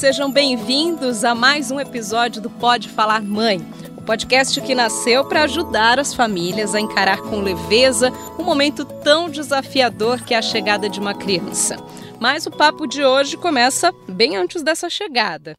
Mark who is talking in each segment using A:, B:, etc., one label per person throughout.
A: sejam bem-vindos a mais um episódio do Pode Falar Mãe, o podcast que nasceu para ajudar as famílias a encarar com leveza um momento tão desafiador que é a chegada de uma criança. Mas o papo de hoje começa bem antes dessa chegada.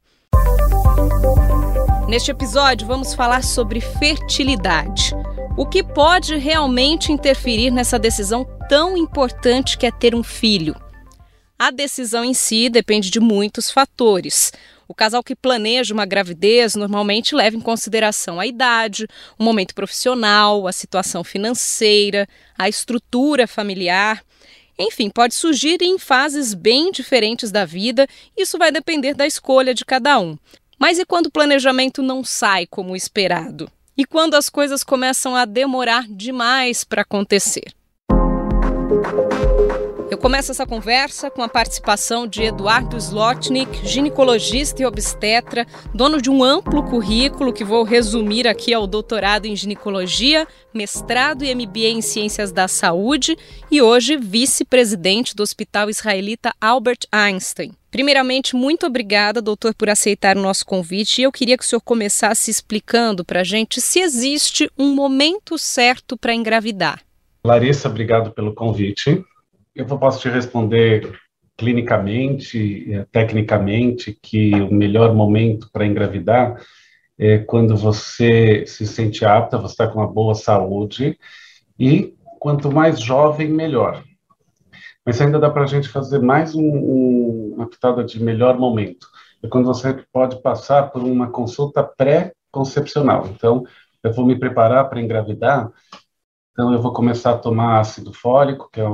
A: Neste episódio vamos falar sobre fertilidade. O que pode realmente interferir nessa decisão tão importante que é ter um filho? A decisão em si depende de muitos fatores. O casal que planeja uma gravidez normalmente leva em consideração a idade, o momento profissional, a situação financeira, a estrutura familiar. Enfim, pode surgir em fases bem diferentes da vida, isso vai depender da escolha de cada um. Mas e quando o planejamento não sai como esperado? E quando as coisas começam a demorar demais para acontecer? Eu começo essa conversa com a participação de Eduardo Slotnick, ginecologista e obstetra, dono de um amplo currículo que vou resumir aqui ao doutorado em ginecologia, mestrado e MBA em ciências da saúde e hoje vice-presidente do Hospital Israelita Albert Einstein. Primeiramente, muito obrigada, doutor, por aceitar o nosso convite e eu queria que o senhor começasse explicando para a gente se existe um momento certo para engravidar.
B: Larissa, obrigado pelo convite. Eu posso te responder clinicamente, tecnicamente, que o melhor momento para engravidar é quando você se sente apta, você está com uma boa saúde e quanto mais jovem, melhor. Mas ainda dá para a gente fazer mais uma pitada de melhor momento. É quando você pode passar por uma consulta pré-concepcional. Então, eu vou me preparar para engravidar, então eu vou começar a tomar ácido fólico, que é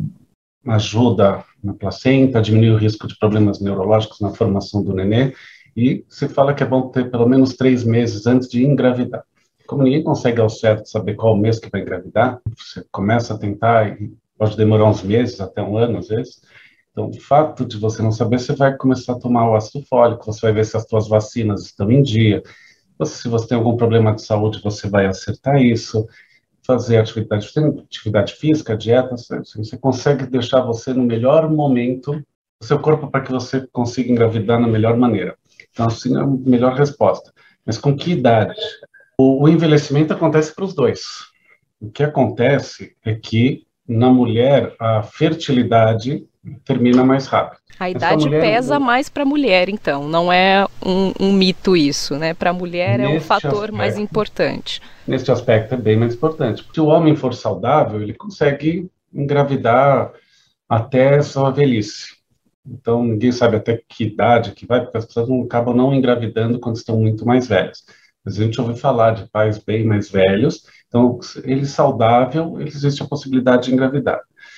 B: ajuda na placenta, diminui o risco de problemas neurológicos na formação do nenê, e se fala que é bom ter pelo menos 3 meses antes de engravidar. Como ninguém consegue ao certo saber qual mês que vai engravidar, você começa a tentar e pode demorar uns meses, até um ano às vezes. Então, o fato de você não saber, você vai começar a tomar o ácido fólico, você vai ver se as suas vacinas estão em dia, se você tem algum problema de saúde, você vai acertar isso, fazer atividade física, dieta, você consegue deixar você no melhor momento do seu corpo para que você consiga engravidar na melhor maneira. Então, assim, é a melhor resposta. Mas com que idade? O envelhecimento acontece para os dois. O que acontece é que, na mulher, a fertilidade termina mais rápido.
A: A idade pesa mais para a mulher, então, não é um mito isso, né? Para a mulher é um fator mais importante.
B: Neste aspecto é bem mais importante. Se o homem for saudável, ele consegue engravidar até sua velhice. Então, ninguém sabe até que idade que vai, porque as pessoas acabam não engravidando quando estão muito mais velhas. Mas a gente ouviu falar de pais bem mais velhos, então, ele saudável, existe a possibilidade de engravidar.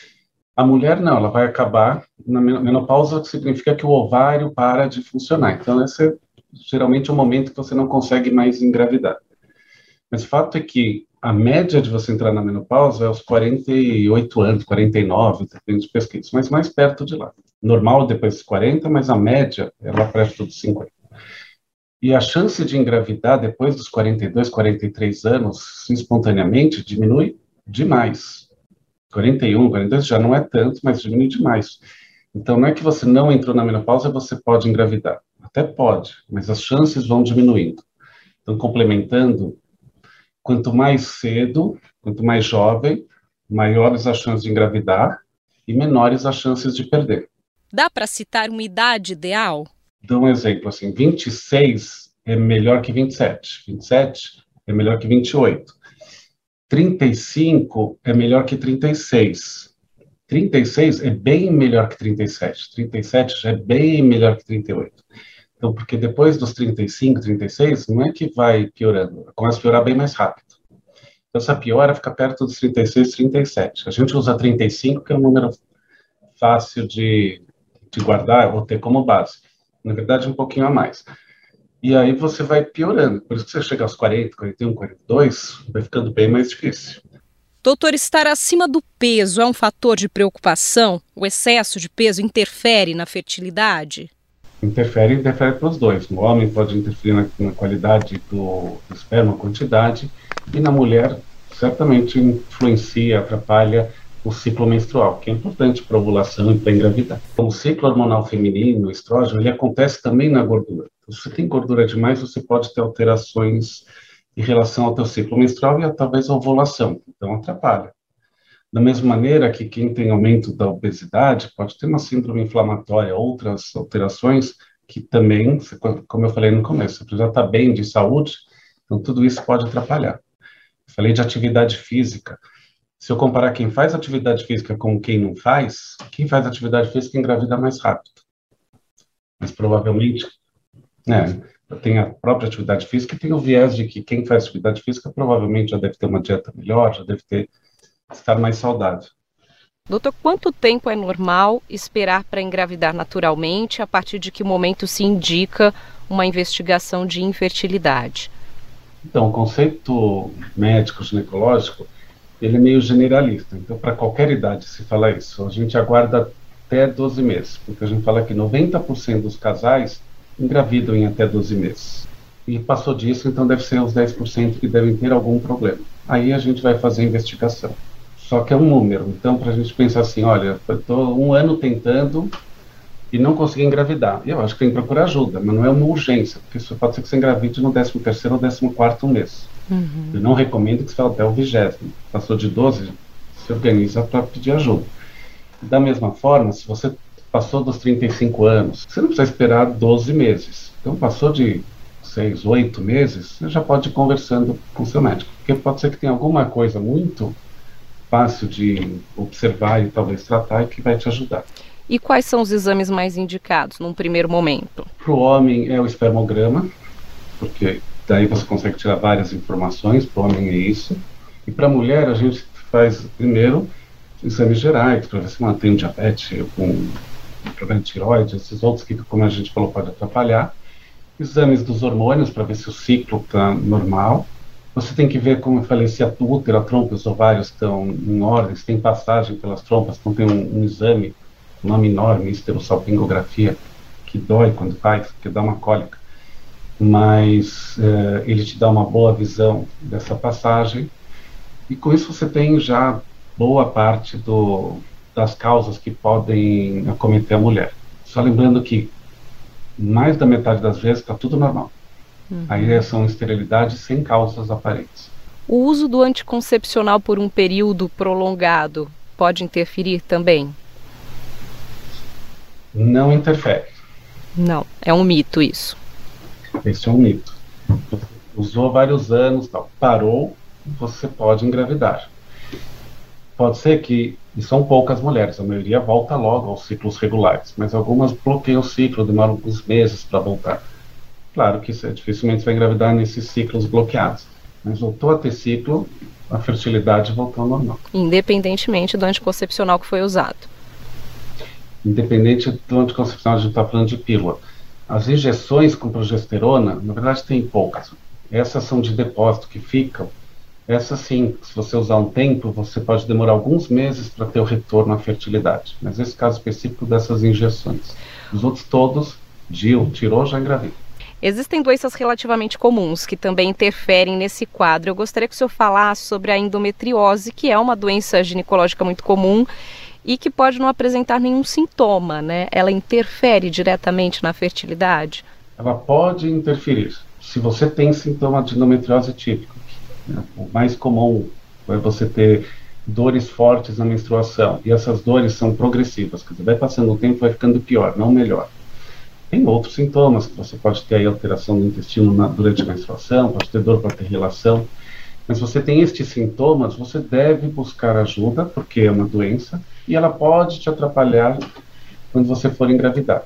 B: A mulher não, ela vai acabar na menopausa, que significa que o ovário para de funcionar. Então, esse é geralmente o momento que você não consegue mais engravidar. Mas o fato é que a média de você entrar na menopausa é aos 48 anos, 49, depende de pesquisa, mas mais perto de lá. Normal depois dos 40, mas a média é lá perto dos 50. E a chance de engravidar depois dos 42, 43 anos, espontaneamente, diminui demais. 41, 42 já não é tanto, mas diminui demais. Então, não é que você não entrou na menopausa, você pode engravidar. Até pode, mas as chances vão diminuindo. Então, complementando, quanto mais cedo, quanto mais jovem, maiores as chances de engravidar e menores as chances de perder.
A: Dá para citar uma idade ideal?
B: Dou um exemplo, assim, 26 é melhor que 27, 27 é melhor que 28. 35 é melhor que 36. 36 é bem melhor que 37. 37 já é bem melhor que 38. Então, porque depois dos 35, 36, não é que vai piorando, começa a piorar bem mais rápido. Então, essa piora fica perto dos 36, 37. A gente usa 35, que é um número fácil de guardar ou ter como base. Na verdade, um pouquinho a mais. E aí você vai piorando. Por isso que você chega aos 40, 41, 42, vai ficando bem mais difícil.
A: Doutor, estar acima do peso é um fator de preocupação? O excesso de peso interfere na fertilidade?
B: Interfere para os dois. No homem pode interferir na qualidade do esperma, quantidade, e na mulher certamente influencia, atrapalha o ciclo menstrual, que é importante para a ovulação e para engravidar. Então, o ciclo hormonal feminino, o estrógeno, ele acontece também na gordura. Então, se você tem gordura demais, você pode ter alterações em relação ao teu ciclo menstrual e talvez a ovulação, então atrapalha. Da mesma maneira que quem tem aumento da obesidade pode ter uma síndrome inflamatória, outras alterações que também, como eu falei no começo, você já está bem de saúde, então tudo isso pode atrapalhar. Falei de atividade física. Se eu comparar quem faz atividade física com quem não faz, quem faz atividade física engravida mais rápido. Mas provavelmente, tem a própria atividade física e tem o viés de que quem faz atividade física provavelmente já deve ter uma dieta melhor, já deve estar mais saudável.
A: Doutor, quanto tempo é normal esperar para engravidar naturalmente? A partir de que momento se indica uma investigação de infertilidade?
B: Então, o conceito médico ginecológico, ele é meio generalista. Então, para qualquer idade se fala isso. A gente aguarda até 12 meses, porque a gente fala que 90% dos casais engravidam em até 12 meses. E passou disso, então deve ser os 10% que devem ter algum problema. Aí a gente vai fazer a investigação. Só que é um número. Então, para a gente pensar assim, olha, eu estou 1 ano tentando e não consegui engravidar. Eu acho que tem que procurar ajuda, mas não é uma urgência, porque isso pode ser que você engravide no 13º ou 14º mês. Eu não recomendo que você vá até o 20º. Passou de 12, se organiza para pedir ajuda. Da mesma forma, se você passou dos 35 anos, você não precisa esperar 12 meses. Então, passou de 6, 8 meses, você já pode ir conversando com seu médico, porque pode ser que tenha alguma coisa muito fácil de observar e talvez tratar e que vai te ajudar.
A: E quais são os exames mais indicados num primeiro momento?
B: Para o homem é o espermograma, porque daí você consegue tirar várias informações, para o homem é isso. E para a mulher a gente faz primeiro exames gerais, para ver se mantém um diabetes, um problema de tireoide, esses outros que, como a gente falou, pode atrapalhar. Exames dos hormônios, para ver se o ciclo está normal. Você tem que ver, como eu falei, se a útero, a trompa e os ovários estão em ordem, se tem passagem pelas trompas, então tem um exame, um nome enorme, histerosalpingografia, que dói quando faz, que dá uma cólica. Mas ele te dá uma boa visão dessa passagem, e com isso você tem já boa parte das causas que podem acometer a mulher. Só lembrando que mais da metade das vezes está tudo normal. Aí são esterilidades sem causas aparentes.
A: O uso do anticoncepcional por um período prolongado pode interferir também?
B: Não interfere.
A: Não, é um mito isso.
B: Esse é um mito. Usou vários anos, parou, você pode engravidar. Pode ser que, e são poucas mulheres, a maioria volta logo aos ciclos regulares, mas algumas bloqueiam o ciclo, demoram alguns meses para voltar. Claro que dificilmente você vai engravidar nesses ciclos bloqueados, mas voltou a ter ciclo, a fertilidade voltou ao normal.
A: Independentemente do anticoncepcional que foi usado.
B: Independente do anticoncepcional, a gente está falando de pílula. As injeções com progesterona, na verdade, tem poucas. Essas são de depósito que ficam. Essas sim, se você usar um tempo, você pode demorar alguns meses para ter o retorno à fertilidade. Mas esse caso específico dessas injeções. Os outros todos, tirou, já engravida.
A: Existem doenças relativamente comuns que também interferem nesse quadro. Eu gostaria que o senhor falasse sobre a endometriose, que é uma doença ginecológica muito comum e que pode não apresentar nenhum sintoma, né? Ela interfere diretamente na fertilidade?
B: Ela pode interferir. Se você tem sintoma de endometriose típico, o mais comum é você ter dores fortes na menstruação, e essas dores são progressivas, quer dizer, vai passando o tempo, vai ficando pior, não melhor. Tem outros sintomas, que você pode ter aí alteração do intestino durante a menstruação, pode ter dor para ter relação, mas você tem estes sintomas, você deve buscar ajuda, porque é uma doença, e ela pode te atrapalhar quando você for engravidar.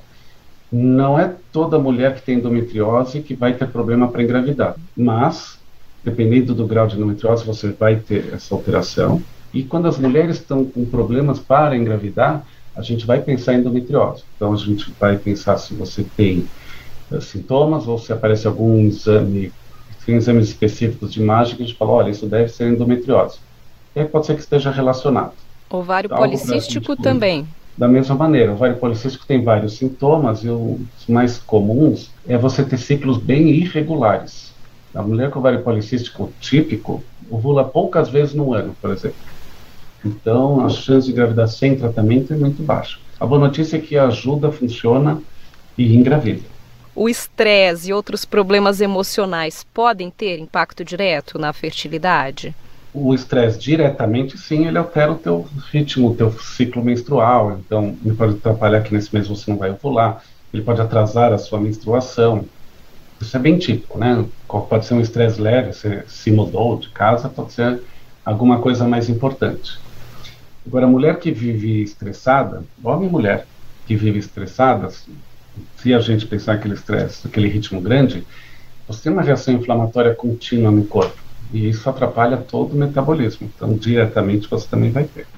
B: Não é toda mulher que tem endometriose que vai ter problema para engravidar, mas, dependendo do grau de endometriose, você vai ter essa alteração, e quando as mulheres estão com problemas para engravidar, a gente vai pensar em endometriose. Então, a gente vai pensar se você tem sintomas ou se aparece algum exame, tem exames específicos de imagem que a gente fala, olha, isso deve ser endometriose. E aí pode ser que esteja relacionado.
A: Ovário policístico também.
B: Da mesma maneira, o ovário policístico tem vários sintomas e os mais comuns é você ter ciclos bem irregulares. A mulher com ovário policístico típico ovula poucas vezes no ano, por exemplo. Então, a chance de engravidar sem tratamento é muito baixa. A boa notícia é que a ajuda funciona e engravida.
A: O estresse e outros problemas emocionais podem ter impacto direto na fertilidade?
B: O estresse diretamente, sim, ele altera o teu ritmo, o teu ciclo menstrual. Então, ele pode atrapalhar que nesse mês você não vai ovular, ele pode atrasar a sua menstruação. Isso é bem típico, né? Pode ser um estresse leve, você se mudou de casa, pode ser alguma coisa mais importante. Agora, a mulher que vive estressada, homem e mulher que vive estressada, se a gente pensar aquele estresse, aquele ritmo grande, você tem uma reação inflamatória contínua no corpo. E isso atrapalha todo o metabolismo. Então, diretamente, você também vai ter.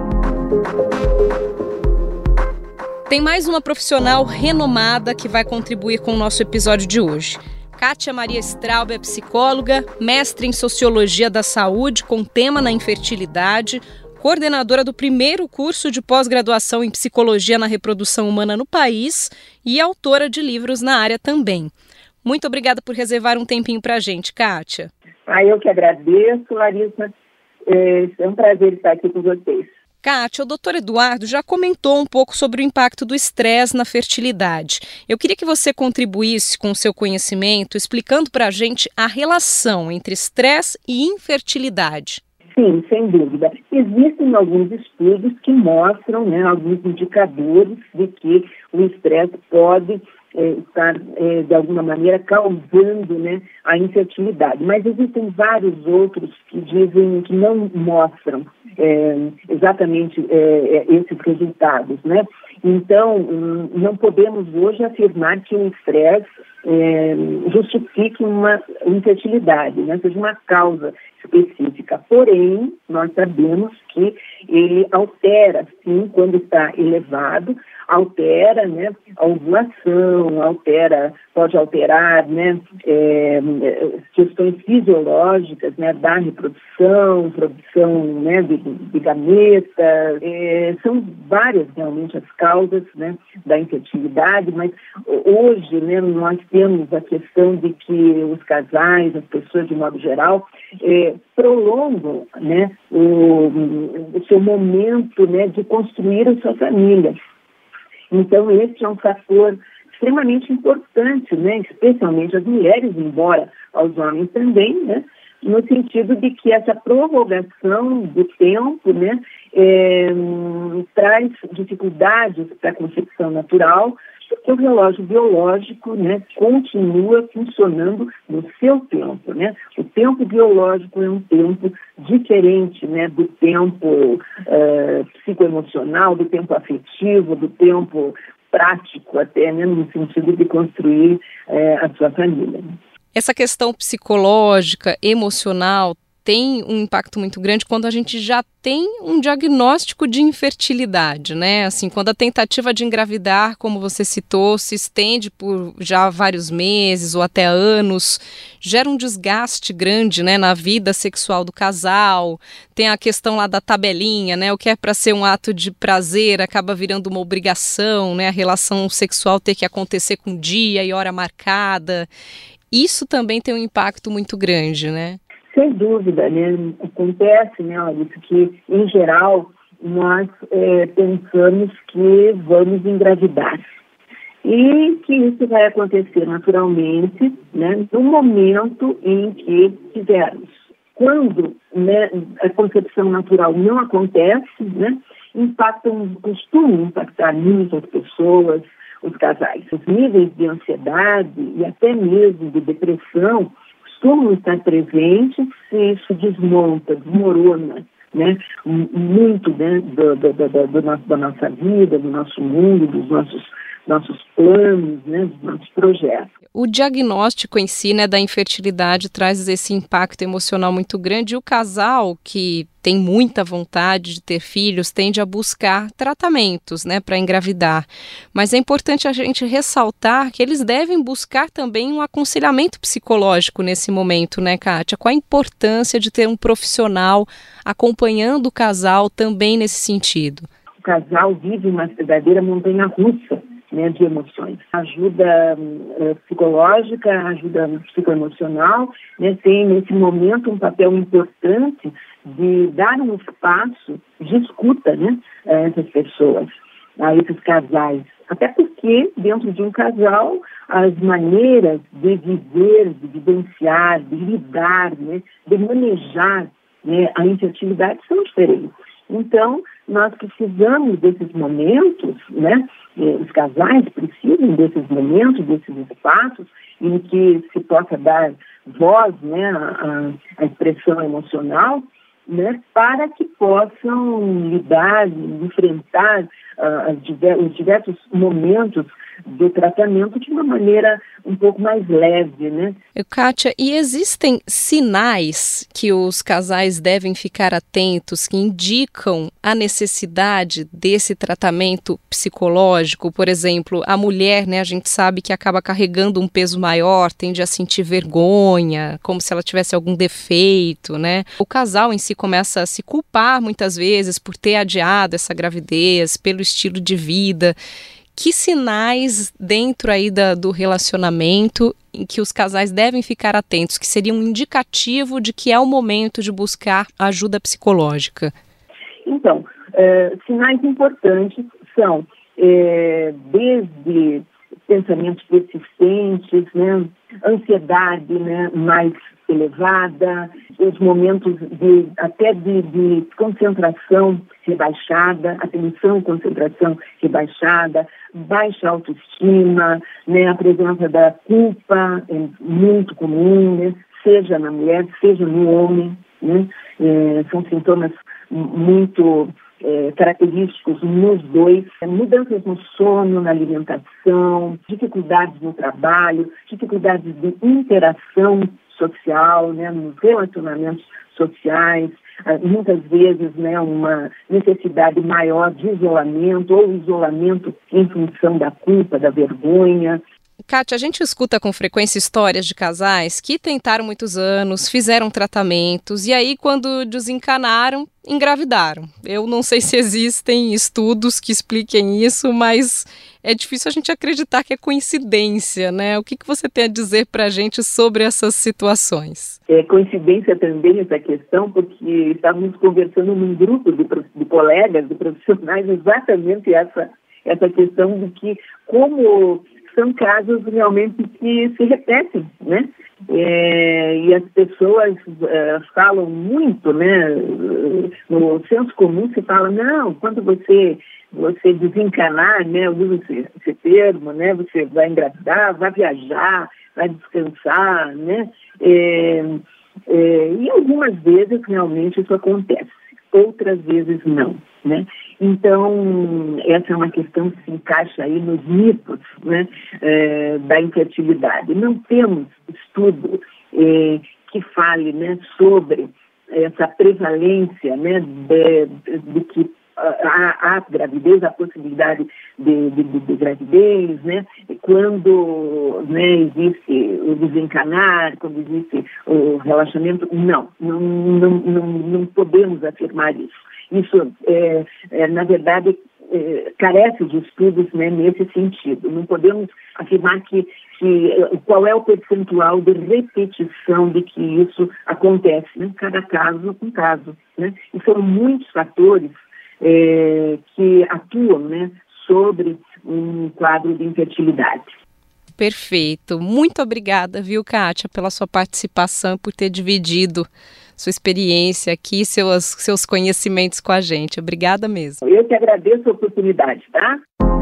A: Tem mais uma profissional renomada que vai contribuir com o nosso episódio de hoje. Kátia Maria Straub é psicóloga, mestre em Sociologia da Saúde, com tema na infertilidade, coordenadora do primeiro curso de pós-graduação em Psicologia na Reprodução Humana no país e autora de livros na área também. Muito obrigada por reservar um tempinho para a gente, Kátia.
C: Eu que agradeço, Larissa. É um prazer estar aqui com vocês.
A: Kátia, o doutor Eduardo já comentou um pouco sobre o impacto do estresse na fertilidade. Eu queria que você contribuísse com o seu conhecimento, explicando para a gente a relação entre estresse e infertilidade.
C: Sim, sem dúvida. Existem alguns estudos que mostram, alguns indicadores de que o estresse pode estar, de alguma maneira, causando a infertilidade. Mas existem vários outros que dizem que não mostram exatamente esses resultados, Então, não podemos hoje afirmar que o estresse justifique uma infertilidade, seja uma causa específica. Porém, nós sabemos que ele altera, sim, quando está elevado, altera a ovulação, pode alterar questões fisiológicas da reprodução, produção de gametas. São várias realmente as causas da infertilidade, mas hoje nós temos a questão de que os casais, as pessoas de modo geral, prolongam o seu momento de construir a sua família. Então, esse é um fator extremamente importante, especialmente as mulheres, embora aos homens também, no sentido de que essa prorrogação do tempo traz dificuldades para a concepção natural, porque o relógio biológico continua funcionando no seu tempo. O tempo biológico é um tempo diferente do tempo psicoemocional, do tempo afetivo, do tempo prático, até no sentido de construir a sua família.
A: Essa questão psicológica, emocional, tem um impacto muito grande quando a gente já tem um diagnóstico de infertilidade, Assim, quando a tentativa de engravidar, como você citou, se estende por já vários meses ou até anos, gera um desgaste grande, na vida sexual do casal. Tem a questão lá da tabelinha, o que é para ser um ato de prazer acaba virando uma obrigação, a relação sexual ter que acontecer com dia e hora marcada. Isso também tem um impacto muito grande,
C: Sem dúvida, acontece, isso que, em geral, nós pensamos que vamos engravidar e que isso vai acontecer naturalmente, no momento em que quisermos. Quando a concepção natural não acontece, costumam impactar muitas pessoas, os casais. Os níveis de ansiedade e até mesmo de depressão costumam estar presentes se isso desmorona, muito da nossa vida, do nosso mundo, dos nossos planos, dos nossos projetos.
A: O diagnóstico em si, da infertilidade traz esse impacto emocional muito grande e o casal que tem muita vontade de ter filhos tende a buscar tratamentos, para engravidar. Mas é importante a gente ressaltar que eles devem buscar também um aconselhamento psicológico nesse momento, Kátia? Qual a importância de ter um profissional acompanhando o casal também nesse sentido?
C: O casal vive uma verdadeira montanha-russa de emoções. Ajuda psicológica, ajuda psicoemocional, tem nesse momento um papel importante de dar um espaço de escuta, né, a essas pessoas, a esses casais. Até porque, dentro de um casal, as maneiras de viver, de vivenciar, de lidar, né, de manejar, né, a infertilidade são diferentes. Então, nós precisamos desses momentos, né, os casais precisam desses momentos, desses espaços em que se possa dar voz, né, à expressão emocional, né, para que possam lidar, enfrentar os diversos momentos do tratamento de uma maneira um pouco mais leve, né?
A: Kátia, e existem sinais que os casais devem ficar atentos, que indicam a necessidade desse tratamento psicológico? Por exemplo, a mulher, né, a gente sabe que acaba carregando um peso maior, tende a sentir vergonha, como se ela tivesse algum defeito, né? O casal em si começa a se culpar muitas vezes por ter adiado essa gravidez, pelo estilo de vida. Que sinais dentro aí do relacionamento em que os casais devem ficar atentos, que seria um indicativo de que é o momento de buscar ajuda psicológica?
C: Então, sinais importantes são desde pensamentos persistentes, né, ansiedade, né, mais elevada, os momentos até de concentração rebaixada, atenção, concentração rebaixada, baixa autoestima, né, a presença da culpa é muito comum, né, seja na mulher, seja no homem, né, são sintomas muito característicos nos dois, mudanças no sono, na alimentação, dificuldades no trabalho, dificuldades de interação social, né, nos relacionamentos sociais, muitas vezes, né, uma necessidade maior de isolamento ou isolamento em função da culpa, da vergonha.
A: Kátia, a gente escuta com frequência histórias de casais que tentaram muitos anos, fizeram tratamentos e aí quando desencanaram, engravidaram. Eu não sei se existem estudos que expliquem isso, mas é difícil a gente acreditar que é coincidência, né? O que você tem a dizer para a gente sobre essas situações?
C: É coincidência também essa questão, porque estávamos conversando num grupo de colegas, de profissionais, exatamente essa questão de que como são casos realmente que se repetem, né? E as pessoas falam muito, né? No senso comum se fala, não, quando você desencanar, né? Eu uso esse termo, né? Você vai engravidar, vai viajar, vai descansar, né? E algumas vezes realmente isso acontece, outras vezes não, né? Então, essa é uma questão que se encaixa aí nos mitos, né, da infertilidade. Não temos estudo que fale, né, sobre essa prevalência, né, de que a gravidez, a possibilidade de gravidez, né, quando, né, existe o desencanar, quando existe o relacionamento, não podemos afirmar isso. Isso, na verdade, carece de estudos, né, nesse sentido. Não podemos afirmar qual é o percentual de repetição de que isso acontece, né, cada caso com caso, né? E são muitos fatores que atuam, né, sobre um quadro de infertilidade.
A: Perfeito. Muito obrigada, viu, Kátia, pela sua participação e por ter dividido sua experiência aqui, seus conhecimentos com a gente. Obrigada mesmo.
C: Eu que agradeço a oportunidade, tá?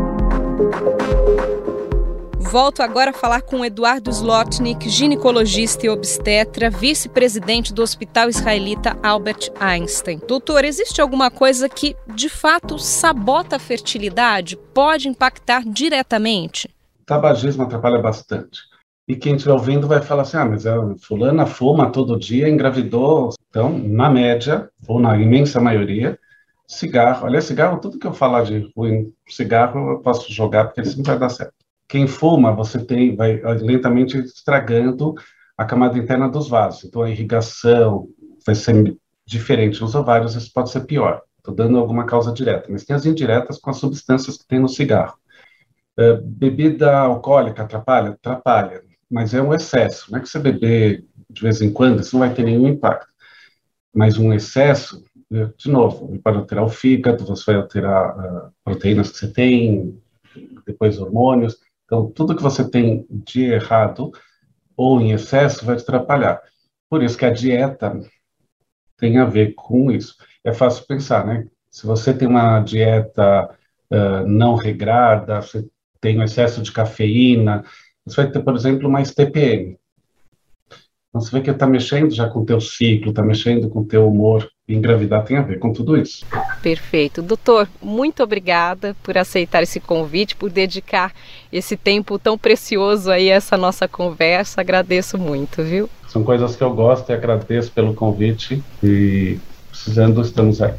A: Volto agora a falar com Eduardo Zlotnik, ginecologista e obstetra, vice-presidente do Hospital Israelita Albert Einstein. Doutor, existe alguma coisa que, de fato, sabota a fertilidade? Pode impactar diretamente?
B: O tabagismo atrapalha bastante. E quem estiver ouvindo vai falar assim, mas a fulana fuma todo dia, engravidou. Então, na média, ou na imensa maioria, cigarro. Aliás, cigarro, tudo que eu falar de ruim, cigarro eu posso jogar, porque isso não vai dar certo. Quem fuma, vai lentamente estragando a camada interna dos vasos. Então, a irrigação vai ser diferente. Nos ovários, isso pode ser pior. Estou dando alguma causa direta. Mas tem as indiretas com as substâncias que tem no cigarro. Bebida alcoólica atrapalha? Atrapalha. Mas é um excesso. Não é que você beber de vez em quando, isso não vai ter nenhum impacto. mas um excesso, de novo, pode alterar o fígado, você vai alterar proteínas que você tem, depois hormônios. Então, tudo que você tem de errado ou em excesso vai te atrapalhar. Por isso que a dieta tem a ver com isso. É fácil pensar, né? Se você tem uma dieta não regrada, você tem um excesso de cafeína, você vai ter, por exemplo, mais TPM. Então, você vê que está mexendo já com o teu ciclo, está mexendo com o teu humor. E engravidar tem a ver com tudo isso.
A: Perfeito. Doutor, muito obrigada por aceitar esse convite, por dedicar esse tempo tão precioso aí a essa nossa conversa. Agradeço muito, viu?
B: São coisas que eu gosto e agradeço pelo convite. E precisando, estamos aí.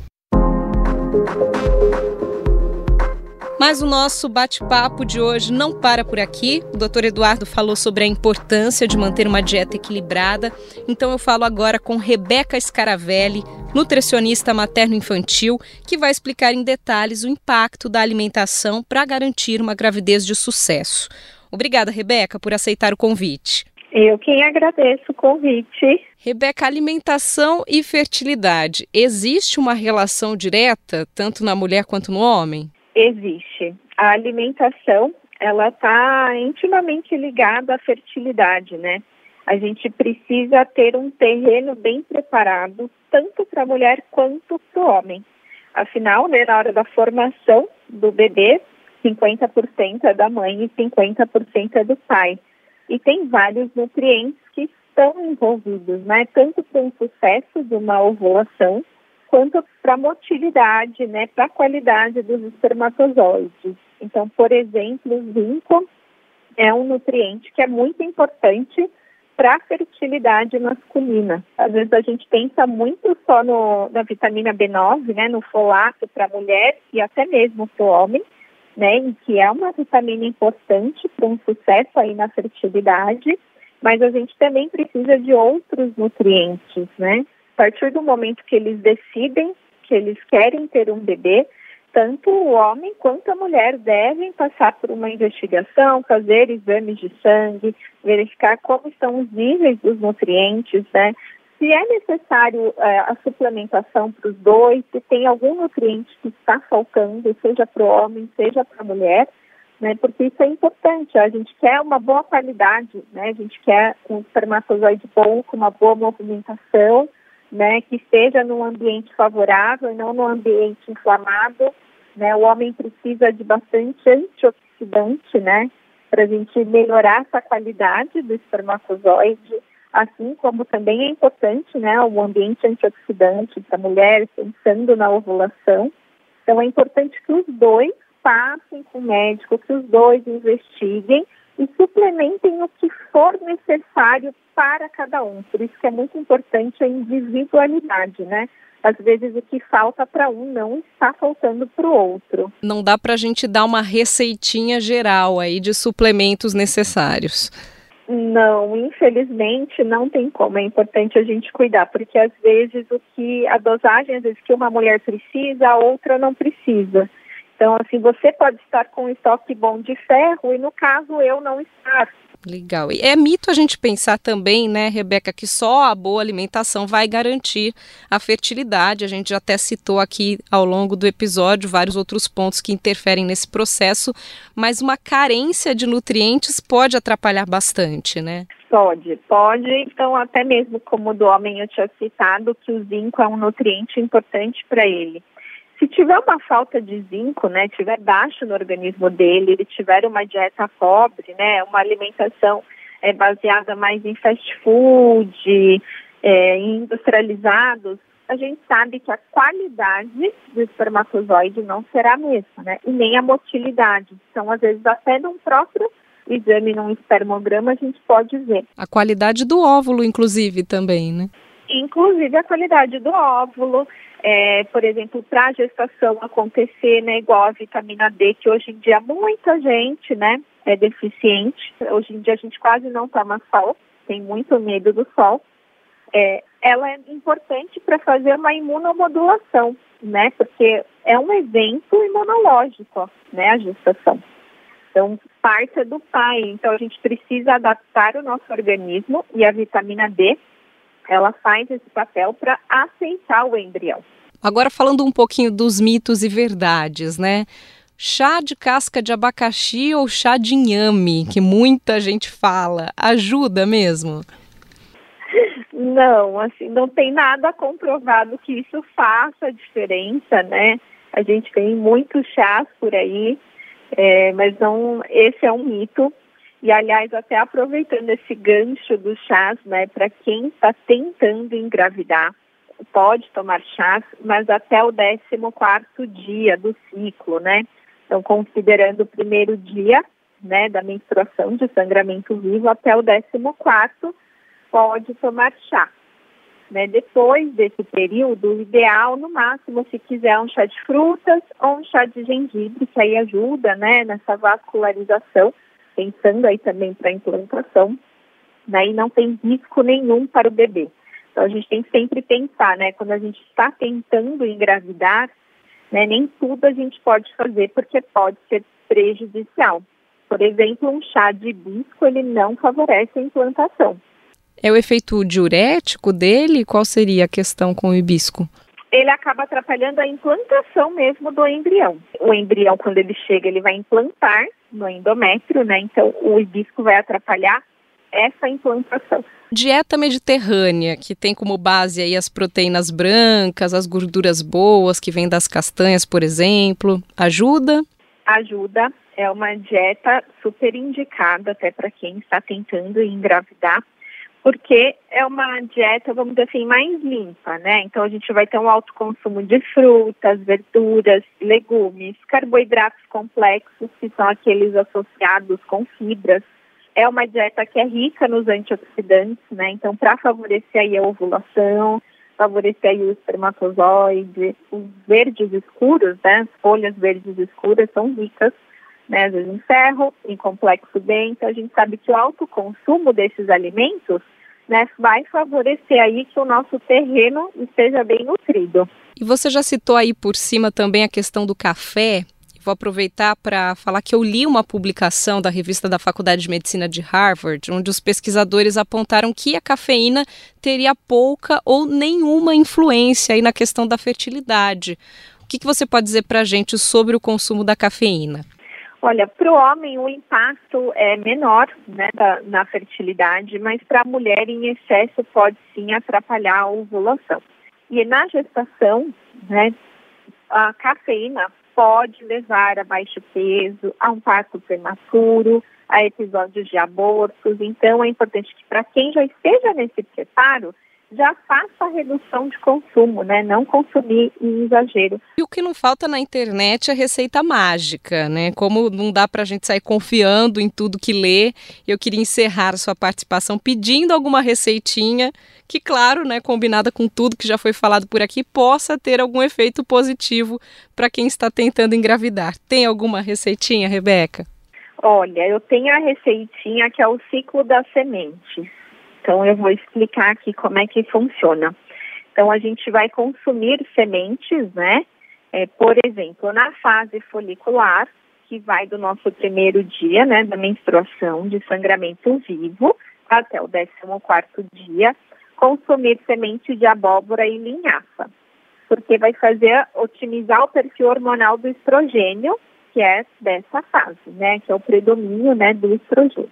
A: Mas o nosso bate-papo de hoje não para por aqui. O Dr. Eduardo falou sobre a importância de manter uma dieta equilibrada. Então eu falo agora com Rebeca Scaravelli, nutricionista materno-infantil, que vai explicar em detalhes o impacto da alimentação para garantir uma gravidez de sucesso. Obrigada, Rebeca, por aceitar o convite.
D: Eu quem agradeço o convite.
A: Rebeca, alimentação e fertilidade. Existe uma relação direta, tanto na mulher quanto no homem?
D: Existe. A alimentação, ela está intimamente ligada à fertilidade, né? A gente precisa ter um terreno bem preparado, tanto para a mulher quanto para o homem. Afinal, né, na hora da formação do bebê, 50% é da mãe e 50% é do pai. E tem vários nutrientes que estão envolvidos, né? Tanto para o sucesso de uma ovulação, quanto para a motilidade, né, para a qualidade dos espermatozoides. Então, por exemplo, o zinco é um nutriente que é muito importante para a fertilidade masculina. Às vezes a gente pensa muito só na vitamina B9, né, no folato para a mulher e até mesmo para o homem, né, em que é uma vitamina importante para um sucesso aí na fertilidade, mas a gente também precisa de outros nutrientes, né? A partir do momento que eles decidem que eles querem ter um bebê, tanto o homem quanto a mulher devem passar por uma investigação, fazer exames de sangue, verificar como estão os níveis dos nutrientes, né? Se é necessário a suplementação para os dois, se tem algum nutriente que está faltando, seja para o homem, seja para a mulher, né? Porque isso é importante. A gente quer uma boa qualidade, né? A gente quer um espermatozoide bom, com uma boa movimentação, né, que esteja num ambiente favorável e não num ambiente inflamado, né? O homem precisa de bastante antioxidante, né, para a gente melhorar essa qualidade do espermatozoide, assim como também é importante, né, o ambiente antioxidante para a mulher, pensando na ovulação. Então é importante que os dois passem com o médico, que os dois investiguem e suplementem o que for necessário para cada um. Por isso que é muito importante a individualidade, né? Às vezes o que falta para um não está faltando para o outro.
A: Não dá para a gente dar uma receitinha geral aí de suplementos necessários.
D: Não, infelizmente não tem como. É importante a gente cuidar, porque às vezes a dosagem, às vezes que uma mulher precisa, a outra não precisa. Então, assim, você pode estar com um estoque bom de ferro e, no caso, eu não estar.
A: Legal. E é mito a gente pensar também, né, Rebeca, que só a boa alimentação vai garantir a fertilidade. A gente já até citou aqui ao longo do episódio vários outros pontos que interferem nesse processo, mas uma carência de nutrientes pode atrapalhar bastante, né?
D: Pode. Então, até mesmo como do homem eu tinha citado, que o zinco é um nutriente importante para ele. Se tiver uma falta de zinco, né, tiver baixo no organismo dele, ele tiver uma dieta pobre, né, uma alimentação baseada mais em fast food, em industrializados, a gente sabe que a qualidade do espermatozoide não será a mesma, né, e nem a motilidade. Então, às vezes, até num próprio exame, num espermograma, a gente pode ver.
A: A qualidade do óvulo, inclusive, também, né?
D: Inclusive a qualidade do óvulo, por exemplo, para a gestação acontecer, né, igual a vitamina D, que hoje em dia muita gente, né, é deficiente. Hoje em dia a gente quase não toma sol, tem muito medo do sol. Ela é importante para fazer uma imunomodulação, né, porque é um evento imunológico, né, a gestação. Então, parte do pai. Então, a gente precisa adaptar o nosso organismo e a vitamina D ela faz esse papel para aceitar o embrião.
A: Agora falando um pouquinho dos mitos e verdades, né? Chá de casca de abacaxi ou chá de inhame, que muita gente fala, ajuda mesmo?
D: Não, assim, não tem nada comprovado que isso faça diferença, né? A gente tem muitos chás por aí, mas não, esse é um mito. E, aliás, até aproveitando esse gancho dos chás, né, para quem está tentando engravidar, pode tomar chás, mas até o 14º dia do ciclo, né? Então, considerando o primeiro dia, né, da menstruação, de sangramento vivo, até o 14º, pode tomar chá. Né? Depois desse período, o ideal, no máximo, se quiser um chá de frutas ou um chá de gengibre, que aí ajuda, né, nessa vascularização, pensando aí também para a implantação, né, e não tem risco nenhum para o bebê. Então, a gente tem que sempre pensar, né, quando a gente está tentando engravidar, né, nem tudo a gente pode fazer porque pode ser prejudicial. Por exemplo, um chá de hibisco, ele não favorece a implantação.
A: É o efeito diurético dele? Qual seria a questão com o hibisco?
D: Ele acaba atrapalhando a implantação mesmo do embrião. O embrião, quando ele chega, ele vai implantar no endométrio, né? Então, o hibisco vai atrapalhar essa implantação.
A: Dieta mediterrânea, que tem como base aí as proteínas brancas, as gorduras boas que vêm das castanhas, por exemplo, ajuda?
D: Ajuda. É uma dieta super indicada até para quem está tentando engravidar, porque é uma dieta, vamos dizer assim, mais limpa, né? Então, a gente vai ter um alto consumo de frutas, verduras, legumes, carboidratos complexos, que são aqueles associados com fibras. É uma dieta que é rica nos antioxidantes, né? Então, para favorecer aí a ovulação, favorecer aí o espermatozoide, os verdes escuros, né? As folhas verdes escuras são ricas, né? Às vezes em ferro, em complexo B. Então, a gente sabe que o alto consumo desses alimentos, né, vai favorecer aí que o nosso terreno esteja bem nutrido.
A: E você já citou aí por cima também a questão do café. Vou aproveitar para falar que eu li uma publicação da revista da Faculdade de Medicina de Harvard, onde os pesquisadores apontaram que a cafeína teria pouca ou nenhuma influência aí na questão da fertilidade. O que você pode dizer para a gente sobre o consumo da cafeína?
D: Olha, para o homem o impacto é menor, né, na fertilidade, mas para a mulher em excesso pode sim atrapalhar a ovulação. E na gestação, né, a cafeína pode levar a baixo peso, a um parto prematuro, a episódios de abortos. Então, é importante que para quem já esteja nesse preparo, já faça a redução de consumo, né? Não consumir em exagero.
A: E o que não falta na internet é receita mágica, né? Como não dá para a gente sair confiando em tudo que lê, eu queria encerrar a sua participação pedindo alguma receitinha que, claro, né, combinada com tudo que já foi falado por aqui, possa ter algum efeito positivo para quem está tentando engravidar. Tem alguma receitinha, Rebeca?
D: Olha, eu tenho a receitinha que é o ciclo das sementes. Então, eu vou explicar aqui como é que funciona. Então, a gente vai consumir sementes, né? Por exemplo, na fase folicular, que vai do nosso primeiro dia, né, da menstruação, de sangramento vivo, até o 14º dia, consumir semente de abóbora e linhaça, porque vai otimizar o perfil hormonal do estrogênio, que é dessa fase, né, que é o predomínio, né, do estrogênio.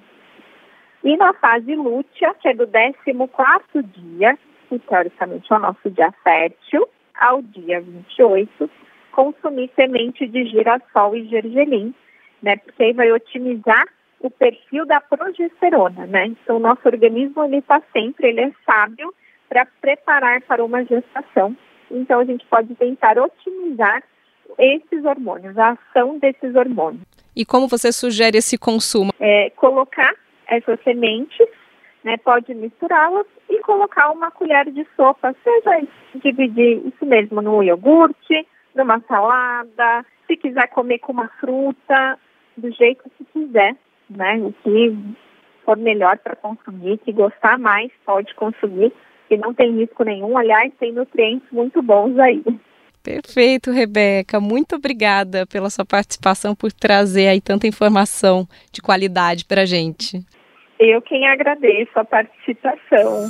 D: E na fase lútea, que é do 14º dia, que teoricamente é o nosso dia fértil, ao dia 28, consumir semente de girassol e gergelim, né? Porque aí vai otimizar o perfil da progesterona, né? Então, o nosso organismo, ele é sábio para preparar para uma gestação. Então, a gente pode tentar otimizar esses hormônios, a ação desses hormônios.
A: E como você sugere esse consumo?
D: Colocar essas sementes, né, pode misturá-las e colocar uma colher de sopa, seja dividir isso mesmo no iogurte, numa salada, se quiser comer com uma fruta, do jeito que quiser, né, o que for melhor para consumir, que gostar mais pode consumir, que não tem risco nenhum, aliás, tem nutrientes muito bons aí.
A: Perfeito, Rebeca. Muito obrigada pela sua participação, por trazer aí tanta informação de qualidade para a gente.
D: Eu quem agradeço a participação.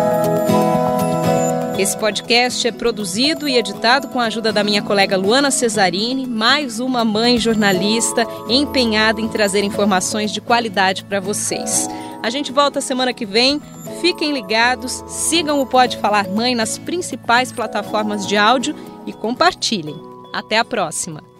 A: Esse podcast é produzido e editado com a ajuda da minha colega Luana Cesarini, mais uma mãe jornalista empenhada em trazer informações de qualidade para vocês. A gente volta semana que vem. Fiquem ligados, sigam o Pode Falar Mãe nas principais plataformas de áudio e compartilhem. Até a próxima!